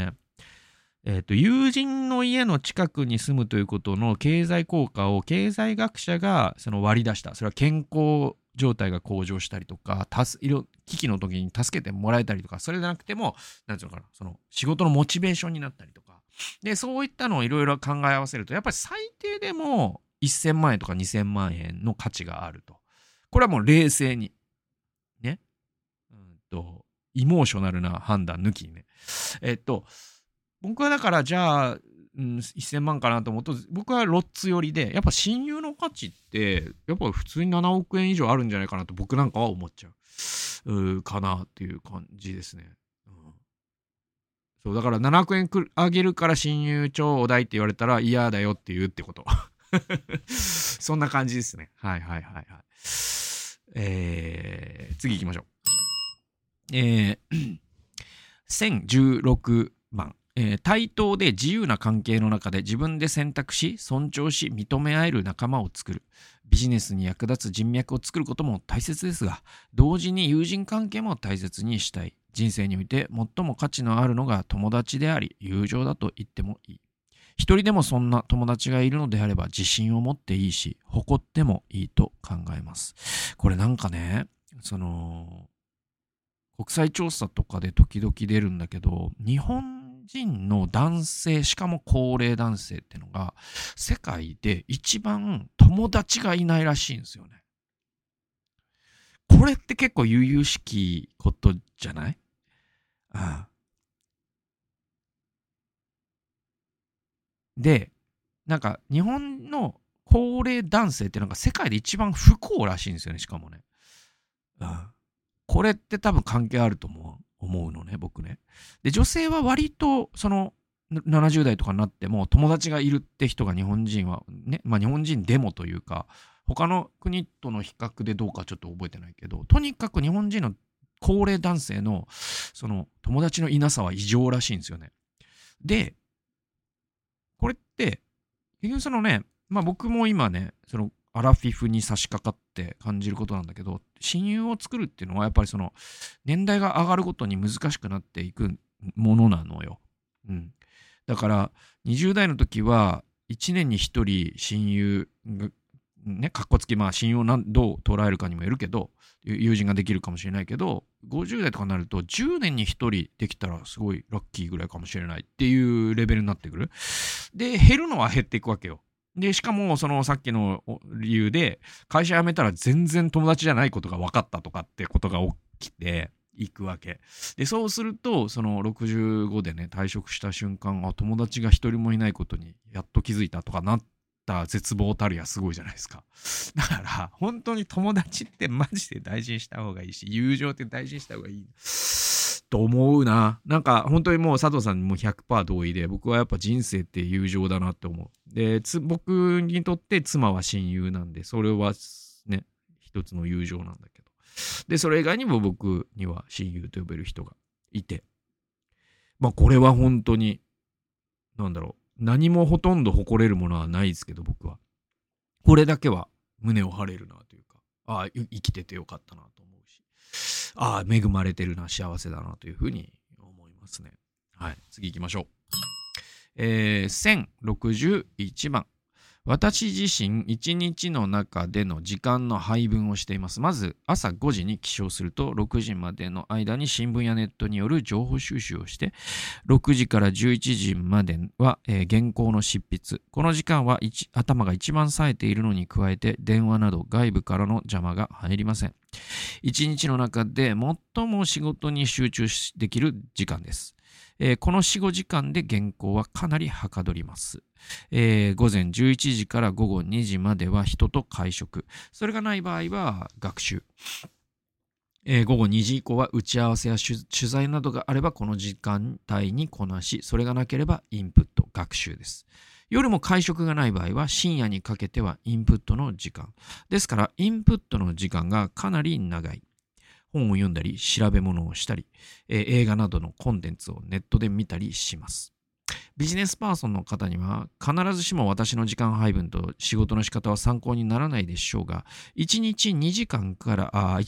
友人の家の近くに住むということの経済効果を経済学者がその割り出した。それは健康状態が向上したりとか、危機の時に助けてもらえたりとか、それじゃなくても、なんていうのかな、その仕事のモチベーションになったりとか。で、そういったのをいろいろ考え合わせると、やっぱり最低でも1000万円とか2000万円の価値があると。これはもう冷静に。ね。イモーショナルな判断抜きにね。僕はだからじゃあ 1000万かなと思うと、僕はロッツ寄りで、やっぱ親友の価値って、やっぱ普通に7億円以上あるんじゃないかなと僕なんかは思っちゃう。かなっていう感じですね。そう、だから7億円あげるから親友ちょうだいって言われたら嫌だよって言うってこと。そんな感じですね。はいはいはいはい。次行きましょう。1016番。対等で自由な関係の中で自分で選択し、尊重し、認め合える仲間を作る。ビジネスに役立つ人脈を作ることも大切ですが、同時に友人関係も大切にしたい。人生において最も価値のあるのが友達であり、友情だと言ってもいい。一人でもそんな友達がいるのであれば自信を持っていいし、誇ってもいいと考えます。これなんかね、国際調査とかで時々出るんだけど、日本人の男性、しかも高齢男性ってのが、世界で一番友達がいないらしいんですよね。これって結構悠々しきことじゃない？で、なんか日本の高齢男性ってなんか世界で一番不幸らしいんですよね、しかもね。これって多分関係あると思うのね、僕ね。で、女性は割とその70代とかになっても友達がいるって人が日本人はね、まあ日本人でもというか、他の国との比較でどうかちょっと覚えてないけど、とにかく日本人の高齢男性のその友達のいなさは異常らしいんですよね。で、これって、結局そのね、まあ僕も今ね、そのアラフィフに差し掛かって感じることなんだけど、親友を作るっていうのはやっぱりその年代が上がるごとに難しくなっていくものなのよ。だから20代の時は1年に1人親友がね、かっこつき、まあ親友をどう捉えるかにもよるけど、友人ができるかもしれないけど、50代とかになると10年に1人できたらすごいラッキーぐらいかもしれないっていうレベルになってくる。で、減るのは減っていくわけよ。で、しかも、そのさっきの理由で、会社辞めたら全然友達じゃないことが分かったとかってことが起きていくわけ。で、そうすると、その65でね、退職した瞬間、友達が一人もいないことにやっと気づいたとかなった絶望たるやすごいじゃないですか。だから、本当に友達ってマジで大事にした方がいいし、友情って大事にした方がいい。と思うな。なんか本当にもう佐藤さんも 100% 同意で、僕はやっぱ人生って友情だなって思う。で、僕にとって妻は親友なんで、それはね、一つの友情なんだけど。で、それ以外にも僕には親友と呼べる人がいて。まあこれは本当に、なんだろう。何もほとんど誇れるものはないですけど、僕は。これだけは胸を張れるなというか、生きててよかったなと思うし。恵まれてるな、幸せだなというふうに思いますね。はい、次行きましょう。1061番。私自身、1日の中での時間の配分をしています。まず、朝5時に起床すると、6時までの間に新聞やネットによる情報収集をして、6時から11時までは、原稿の執筆。この時間は頭が一番冴えているのに加えて、電話など外部からの邪魔が入りません。1日の中で最も仕事に集中できる時間です。この 4,5 時間で原稿はかなりはかどります。午前11時から午後2時までは人と会食。それがない場合は学習。午後2時以降は打ち合わせや取材などがあればこの時間帯にこなし、それがなければインプット、学習です。夜も会食がない場合は深夜にかけてはインプットの時間。ですからインプットの時間がかなり長い。本を読んだり、調べ物をしたり、映画などのコンテンツをネットで見たりします。ビジネスパーソンの方には必ずしも私の時間配分と仕事の仕方は参考にならないでしょうが、1日1時間から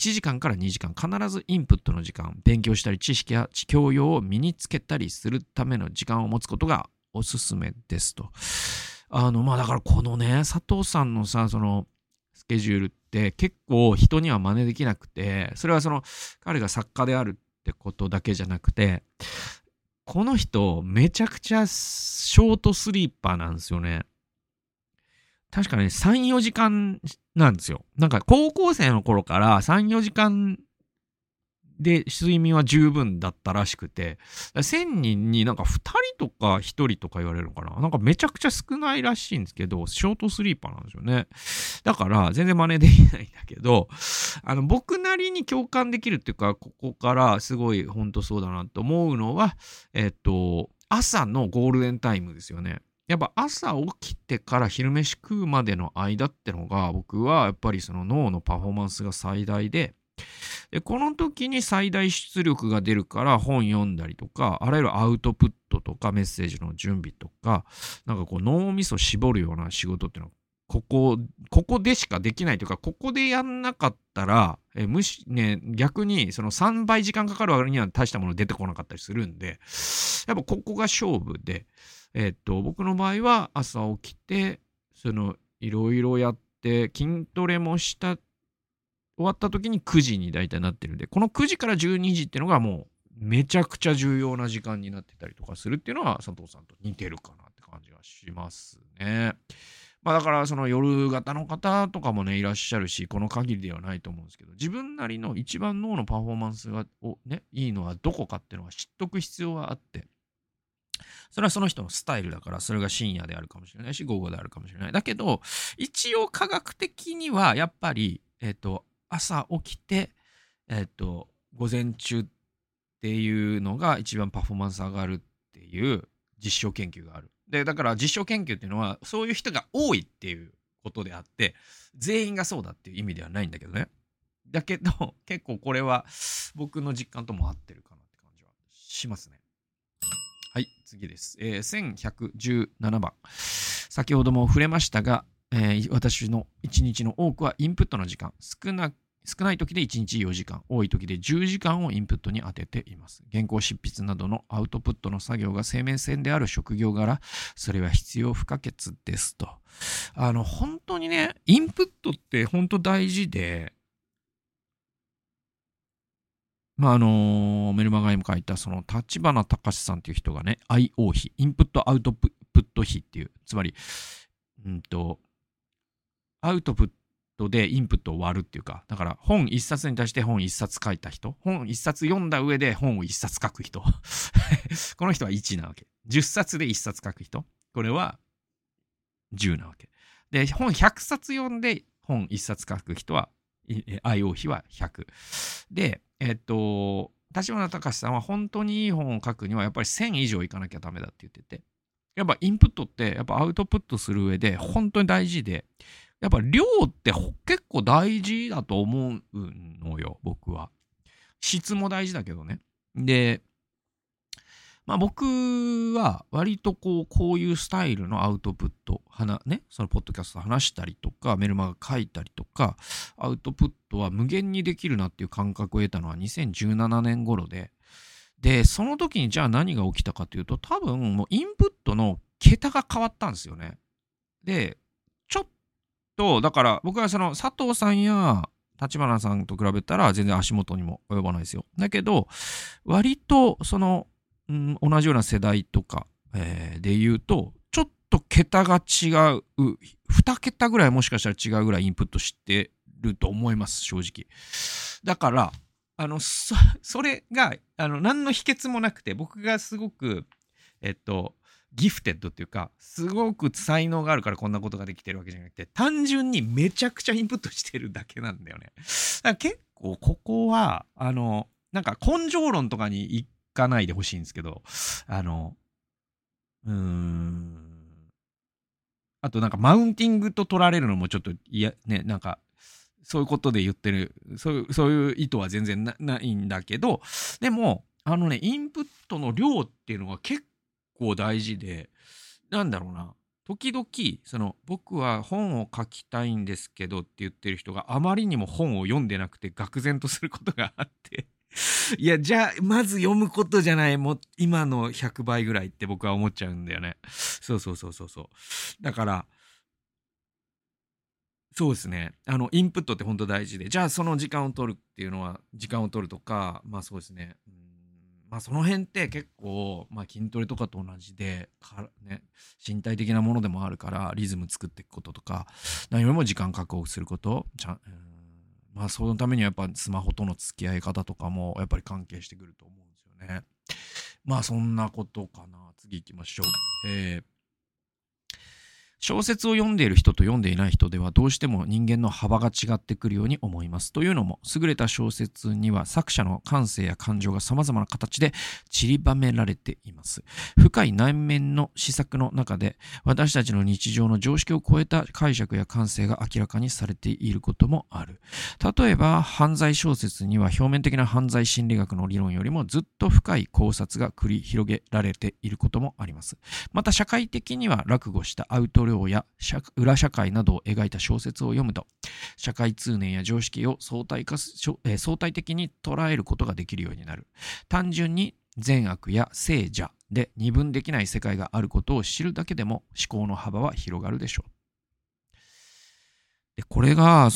2時間、必ずインプットの時間、勉強したり知識や教養を身につけたりするための時間を持つことがおすすめですと。だからこのね、佐藤さんのさ、そのスケジュールって結構人には真似できなくて、それはその彼が作家であるってことだけじゃなくて、この人めちゃくちゃショートスリーパーなんですよね。確かね、3、4時間なんですよ。なんか高校生の頃から3、4時間で、睡眠は十分だったらしくて、1000人になんか2人とか1人とか言われるのかな。なんかめちゃくちゃ少ないらしいんですけど、ショートスリーパーなんですよね。だから全然真似できないんだけど、僕なりに共感できるっていうか、ここからすごい本当そうだなと思うのは、朝のゴールデンタイムですよね。やっぱ朝起きてから昼飯食うまでの間ってのが、僕はやっぱりその脳のパフォーマンスが最大で、この時に最大出力が出るから本読んだりとか、あらゆるアウトプットとかメッセージの準備とか、なんかこう脳みそ絞るような仕事っていうのは、ここでしかできないというか、ここでやんなかったら、逆にその3倍時間かかる割には大したもの出てこなかったりするんで、やっぱここが勝負で、僕の場合は朝起きて、いろいろやって、筋トレも終わった時に9時に大体なってるんで、この9時から12時っていうのがもうめちゃくちゃ重要な時間になってたりとかするっていうのは佐藤さんと似てるかなって感じがしますね。まあだからその夜型の方とかもねいらっしゃるし、この限りではないと思うんですけど、自分なりの一番脳のパフォーマンスがいいのはどこかっていうのは知っとく必要はあって、それはその人のスタイルだから、それが深夜であるかもしれないし、午後であるかもしれない。だけど、一応科学的にはやっぱり、朝起きて、午前中っていうのが一番パフォーマンス上がるっていう実証研究がある。で、だから実証研究っていうのは、そういう人が多いっていうことであって、全員がそうだっていう意味ではないんだけどね。だけど、結構これは僕の実感とも合ってるかなって感じはしますね。はい、次です。1117番。先ほども触れましたが、私の1日の多くはインプットの時間。少ない時で1日4時間、多い時で10時間をインプットに当てています。原稿執筆などのアウトプットの作業が生命線である職業柄、それは必要不可欠ですと。本当にね、インプットって本当大事で、メルマガにも書いた、その、立花隆さんっていう人がね、IO 比、インプットアウトプット比っていう、つまり、アウトプットでインプットを割るっていうか、だから本一冊に対して本一冊書いた人、本一冊読んだ上で本を一冊書く人。この人は1なわけ。10冊で1冊書く人。これは10なわけ。で、本100冊読んで本1冊書く人は、IO 比は100。で、立花隆さんは本当にいい本を書くにはやっぱり1000以上いかなきゃダメだって言ってて、やっぱインプットってやっぱアウトプットする上で本当に大事で、やっぱ量って結構大事だと思うのよ、僕は。質も大事だけどね。で、まあ僕は割とこういうスタイルのアウトプット、そのポッドキャスト話したりとか、メルマガ書いたりとか、アウトプットは無限にできるなっていう感覚を得たのは2017年頃で、その時にじゃあ何が起きたかというと、多分もうインプットの桁が変わったんですよね。で、ちょっと、だから僕はその佐藤さんや立花さんと比べたら全然足元にも及ばないですよ。だけど、割とその、同じような世代とか、で言うと、ちょっと桁が違う、2桁ぐらいもしかしたら違うぐらいインプットしてると思います、正直。だから、それが、何の秘訣もなくて、僕がすごく、ギフテッドっていうか、すごく才能があるからこんなことができてるわけじゃなくて、単純にめちゃくちゃインプットしてるだけなんだよね。だから結構ここは、なんか根性論とかに行かないでほしいんですけど、あとなんかマウンティングと取られるのもちょっとなんか、そういうことで言ってる、そういう意図は全然ないんだけど、でも、インプットの量っていうのは結構大事で、なんだろうな、時々、僕は本を書きたいんですけどって言ってる人があまりにも本を読んでなくて愕然とすることがあって、いや、じゃあ、まず読むことじゃない、もう今の100倍ぐらいって僕は思っちゃうんだよね。そう。だから、そうですね。インプットって本当大事で、じゃあその時間を取るっていうのは、時間を取るとか、まあそうですね。まあその辺って結構、まあ筋トレとかと同じで、身体的なものでもあるから、リズム作っていくこととか、何よりも時間確保すること、 まあそのためにはやっぱスマホとの付き合い方とかもやっぱり関係してくると思うんですよね。まあそんなことかな。次行きましょう。小説を読んでいる人と読んでいない人ではどうしても人間の幅が違ってくるように思います。というのも、優れた小説には作者の感性や感情が様々な形で散りばめられています。深い内面の思索の中で、私たちの日常の常識を超えた解釈や感性が明らかにされていることもある。例えば、犯罪小説には表面的な犯罪心理学の理論よりもずっと深い考察が繰り広げられていることもあります。また、社会的には落語したアウトローや裏社会などを描いた小説を読むと、社会通念や常識を相対的に捉えることができるようになる。単純に善悪や聖者で二分できない世界があることを知るだけでも思考の幅は広がるでしょう。で、これが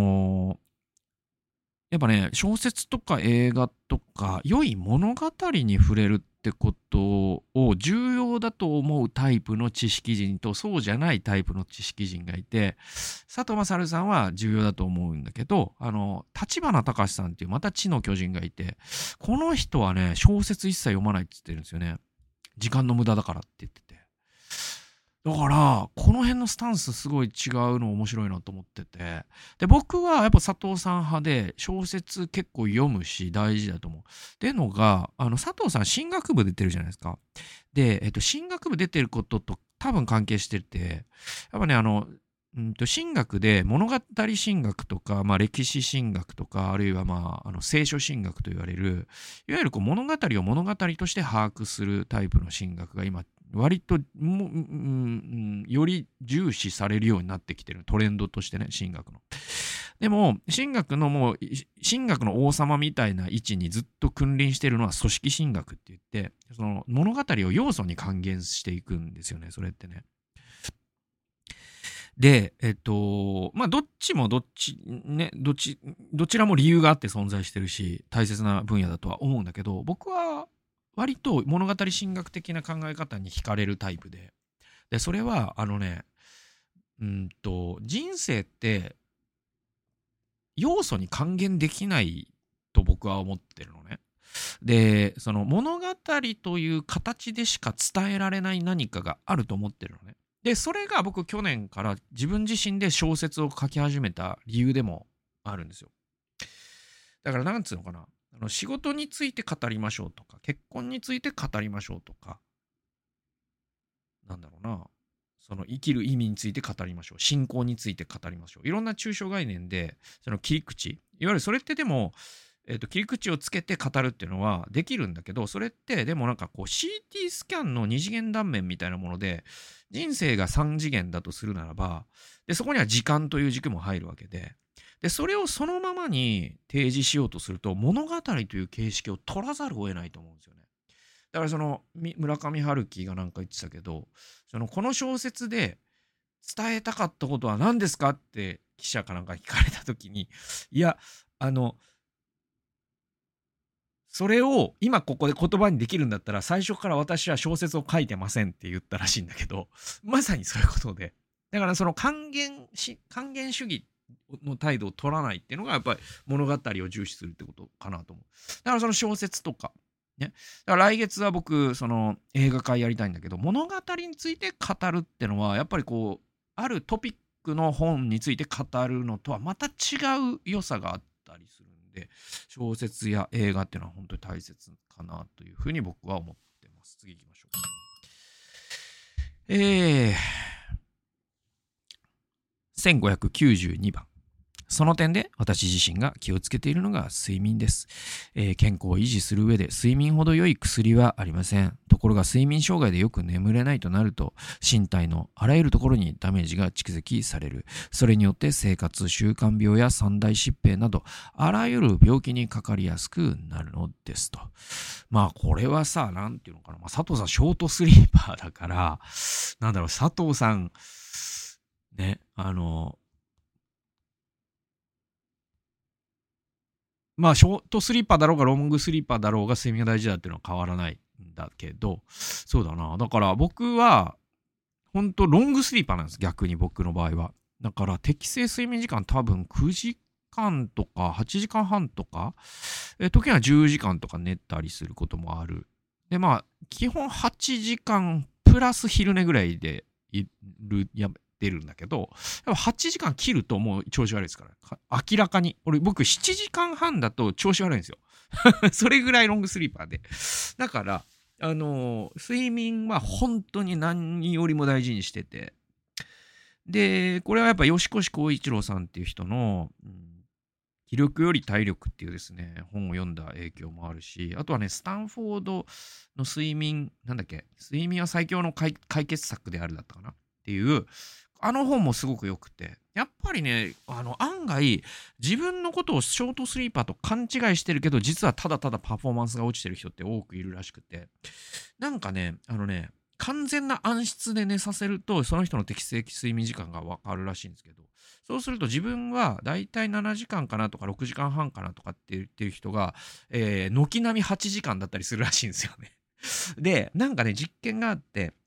やっぱね、小説とか映画とか良い物語に触れるってことを重要だと思うタイプの知識人とそうじゃないタイプの知識人がいて、佐藤勝さんは重要だと思うんだけど、立花隆さんっていうまた知の巨人がいて、この人はね、小説一切読まないって言ってるんですよね。時間の無駄だからって言ってて。だから、この辺のスタンスすごい違うの面白いなと思ってて。で、僕はやっぱ佐藤さん派で小説結構読むし大事だと思う。っていうのが、佐藤さん進学部出てるじゃないですか。で、進学部出てることと多分関係してて、やっぱね、神学で物語神学とか、まあ、歴史神学とか、あるいは、まあ、聖書神学と言われる、いわゆるこう物語を物語として把握するタイプの神学が今割とより重視されるようになってきてるトレンドとしてね、神学の。でも神学の王様みたいな位置にずっと君臨してるのは組織神学って言って、その物語を要素に還元していくんですよね、それってね。で、まあ、どちらも理由があって存在してるし、大切な分野だとは思うんだけど、僕は割と物語神学的な考え方に惹かれるタイプで、それは、人生って要素に還元できないと僕は思ってるのね。で、その物語という形でしか伝えられない何かがあると思ってるのね。で、それが僕去年から自分自身で小説を書き始めた理由でもあるんですよ。だからなんつうのかな。仕事について語りましょうとか、結婚について語りましょうとか、なんだろうな。その生きる意味について語りましょう。信仰について語りましょう。いろんな抽象概念で、その切り口。いわゆるそれってでも、切り口をつけて語るっていうのはできるんだけど、それってでもなんかこう CT スキャンの二次元断面みたいなもので、人生が三次元だとするならば、で、そこには時間という軸も入るわけで、で、それをそのままに提示しようとすると、物語という形式を取らざるを得ないと思うんですよね。だからその村上春樹がなんか言ってたけど、この小説で伝えたかったことは何ですかって記者かなんか聞かれたときに、いや、それを今ここで言葉にできるんだったら最初から私は小説を書いてませんって言ったらしいんだけど、まさにそういうことで。だからその還元主義の態度を取らないっていうのがやっぱり物語を重視するってことかなと思う。だからその小説とか、ね。だから来月は僕、その映画会やりたいんだけど、物語について語るってのは、やっぱりこう、あるトピックの本について語るのとはまた違う良さがあったりするんで、小説や映画っていうのは本当に大切かなというふうに僕は思ってます。次行きましょう。1592番。その点で私自身が気をつけているのが睡眠です。健康を維持する上で睡眠ほど良い薬はありません。ところが睡眠障害でよく眠れないとなると身体のあらゆるところにダメージが蓄積される。それによって生活習慣病や三大疾病などあらゆる病気にかかりやすくなるのですと。まあこれはさ、なんていうのかな。まあ、佐藤さんショートスリーパーだから、なんだろう、佐藤さん、ね、まあ、ショートスリーパーだろうがロングスリーパーだろうが睡眠が大事だっていうのは変わらないんだけど、そうだな。だから僕は、本当ロングスリーパーなんです。逆に僕の場合は。だから適正睡眠時間多分9時間とか8時間半とか、時には10時間とか寝たりすることもある。で、まあ、基本8時間プラス昼寝ぐらいでやってるんだけど、8時間切るともう調子悪いですから。明らかに。僕7時間半だと調子悪いんですよ。それぐらいロングスリーパーで。だから、睡眠は本当に何よりも大事にしてて。で、これはやっぱ吉越光一郎さんっていう人の、気力より体力っていうですね、本を読んだ影響もあるし、あとはね、スタンフォードの睡眠は最強の解決策であるだったかなっていう、あの本もすごく良くて、やっぱりね、案外、自分のことをショートスリーパーと勘違いしてるけど、実はただただパフォーマンスが落ちてる人って多くいるらしくて、なんかね、完全な暗室で寝させると、その人の適正睡眠時間がわかるらしいんですけど、そうすると自分はだいたい7時間かなとか6時間半かなとかって言ってる人が、軒並み8時間だったりするらしいんですよね。で、なんかね、実験があって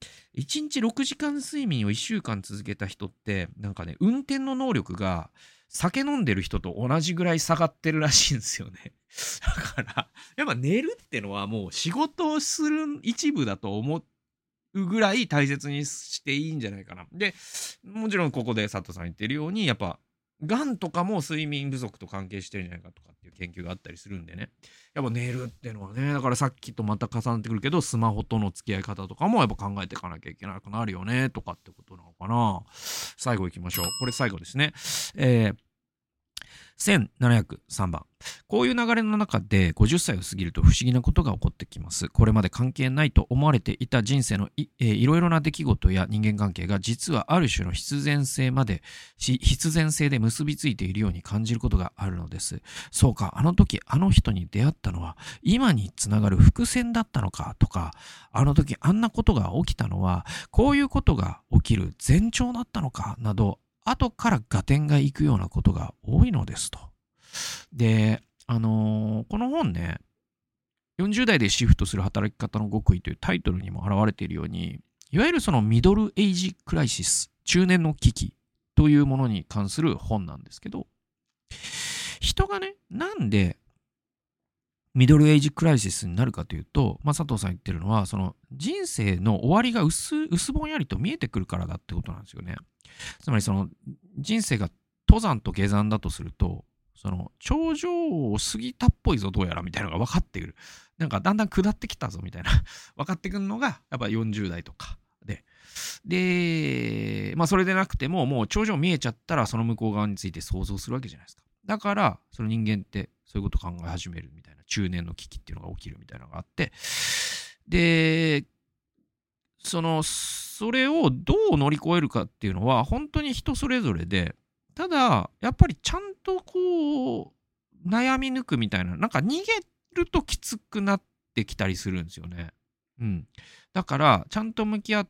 、1日6時間睡眠を1週間続けた人って、なんかね、運転の能力が酒飲んでる人と同じぐらい下がってるらしいんですよね。だから、やっぱ寝るってのはもう仕事をする一部だと思うぐらい大切にしていいんじゃないかな。で、もちろんここで佐藤さん言ってるように、やっぱ、癌とかも睡眠不足と関係してるんじゃないかとかっていう研究があったりするんでね。やっぱ寝るっていうのはね、だからさっきとまた重なってくるけど、スマホとの付き合い方とかもやっぱ考えていかなきゃいけなくなるよね、とかってことなのかな。最後行きましょう。これ最後ですね。1703番。こういう流れの中で50歳を過ぎると不思議なことが起こってきます。これまで関係ないと思われていた人生のいろいろな出来事や人間関係が実はある種の必然性で結びついているように感じることがあるのです。そうか、あの時あの人に出会ったのは今につながる伏線だったのかとか、あの時あんなことが起きたのはこういうことが起きる前兆だったのかなど、後から合点がいくようなことが多いのですと。で、この本ね、40代でシフトする働き方の極意というタイトルにも表れているように、いわゆるそのミドルエイジクライシス、中年の危機というものに関する本なんですけど、人がね、なんでミドルエイジクライシスになるかというと、佐藤さん言ってるのは、その人生の終わりが薄ぼんやりと見えてくるからだってことなんですよね。つまりその人生が登山と下山だとすると、その頂上を過ぎたっぽいぞどうやらみたいなのが分かってくる。なんかだんだん下ってきたぞみたいな分かってくるのがやっぱ40代とかで。で、それでなくてももう頂上見えちゃったらその向こう側について想像するわけじゃないですか。だからその人間ってそういうことを考え始めるみたいな中年の危機っていうのが起きるみたいなのがあって、で、それをどう乗り越えるかっていうのは本当に人それぞれで、ただやっぱりちゃんとこう悩み抜くみたいな、なんか逃げるときつくなってきたりするんですよね。だからちゃんと向き合って、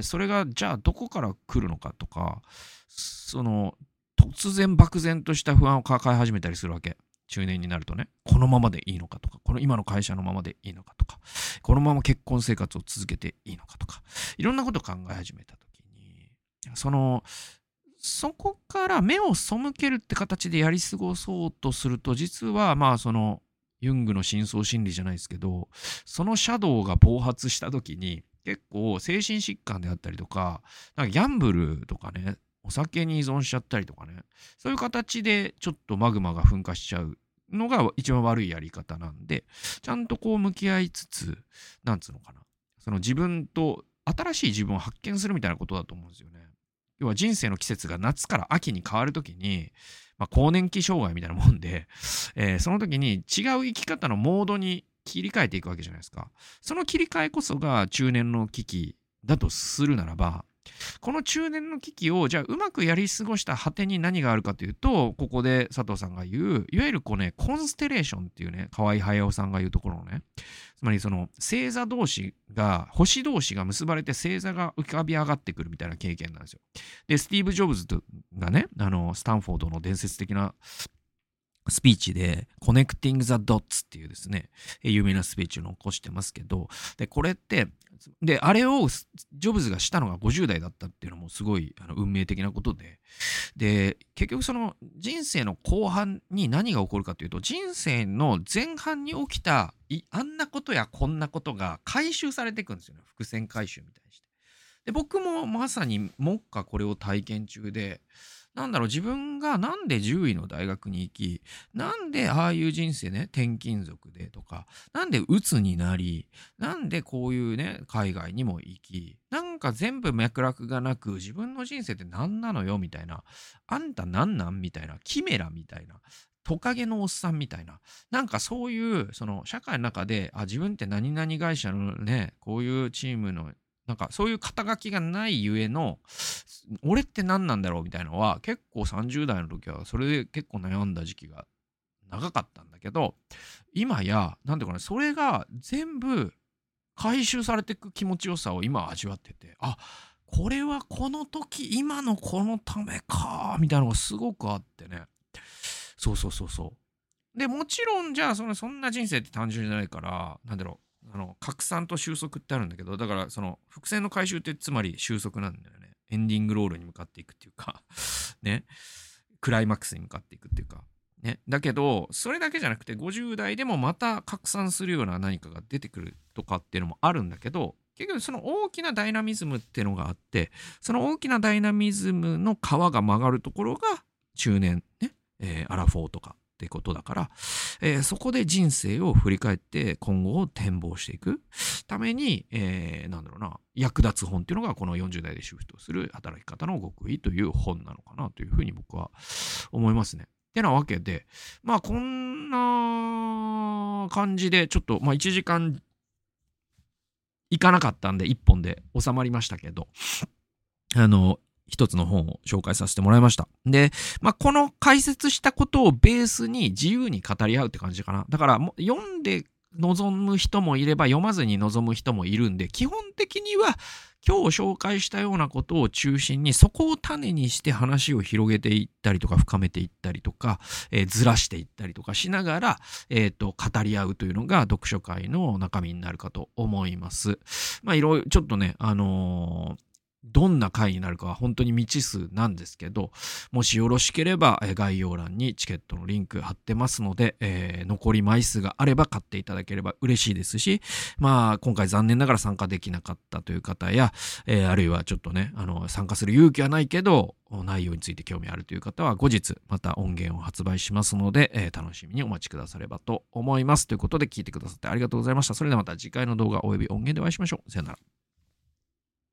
それがじゃあどこから来るのかとか、その突然漠然とした不安を抱え始めたりするわけ。中年になるとね、このままでいいのかとか、この今の会社のままでいいのかとか、このまま結婚生活を続けていいのかとか、いろんなことを考え始めたときに、そこから目を背けるって形でやり過ごそうとすると、実はユングの深層心理じゃないですけど、そのシャドウが暴発したときに、結構精神疾患であったりとか、なんかギャンブルとかね、お酒に依存しちゃったりとかね、そういう形でちょっとマグマが噴火しちゃうのが一番悪いやり方なんで、ちゃんとこう向き合いつつ、なんつうのかな、その自分と新しい自分を発見するみたいなことだと思うんですよね。要は人生の季節が夏から秋に変わるときに、更年期障害みたいなもんで、その時に違う生き方のモードに切り替えていくわけじゃないですか。その切り替えこそが中年の危機だとするならば、この中年の危機をじゃあうまくやり過ごした果てに何があるかというと、ここで佐藤さんが言ういわゆるコンステレーションっていうね、河合隼さんが言うところのね、つまりその星座同士が星同士が結ばれて星座が浮かび上がってくるみたいな経験なんですよ。でスティーブ・ジョブズがね、スタンフォードの伝説的なスピーチで Connecting the Dots っていうですね、有名なスピーチを残してますけど、で、これって、で、あれをジョブズがしたのが50代だったっていうのもすごい運命的なことで、で、結局その人生の後半に何が起こるかというと、人生の前半に起きたあんなことやこんなことが回収されていくんですよね。伏線回収みたいにして。で、僕もまさに目下これを体験中で、自分がなんで獣医の大学に行き、なんでああいう人生ね、転勤族でとか、なんで鬱になり、なんでこういうね、海外にも行き、なんか全部脈絡がなく、自分の人生って何なのよみたいな、あんた何なんみたいな、キメラみたいな、トカゲのおっさんみたいな、なんかそういう、その社会の中で、自分って何々会社のね、こういうチームのなんかそういう肩書きがないゆえの、俺って何なんだろうみたいなのは、結構30代の時はそれで結構悩んだ時期が長かったんだけど、今や、なんていうかな、それが全部回収されていく気持ちよさを今味わってて、これはこの時、今のこのためか、みたいなのがすごくあってね。そうそうそうそう。で、もちろん、じゃあ、そんな人生って単純じゃないから、拡散と収束ってあるんだけど、だから、伏線の回収ってつまり収束なんだよね。エンディングロールに向かっていくっていうかね。クライマックスに向かっていくっていうか。ね。だけど、それだけじゃなくて、50代でもまた拡散するような何かが出てくるとかっていうのもあるんだけど、結局その大きなダイナミズムっていうのがあって、その大きなダイナミズムの皮が曲がるところが中年ね、アラフォーとかってことだから、そこで人生を振り返って今後を展望していくために、役立つ本っていうのがこの40代でシフトする働き方の極意という本なのかなというふうに僕は思いますね。ってなわけで、こんな感じでちょっと、1時間いかなかったんで1本で収まりましたけど、一つの本を紹介させてもらいました。で、この解説したことをベースに自由に語り合うって感じかな。だから、読んで望む人もいれば読まずに望む人もいるんで、基本的には今日紹介したようなことを中心にそこを種にして話を広げていったりとか深めていったりとか、ずらしていったりとかしながら、語り合うというのが読書会の中身になるかと思います。いろいろちょっとね、どんな回になるかは本当に未知数なんですけど、もしよろしければ概要欄にチケットのリンク貼ってますので、残り枚数があれば買っていただければ嬉しいですし、今回残念ながら参加できなかったという方や、あるいはちょっとね、参加する勇気はないけど、内容について興味あるという方は後日また音源を発売しますので、楽しみにお待ちくださればと思います。ということで聞いてくださってありがとうございました。それではまた次回の動画および音源でお会いしましょう。さよなら。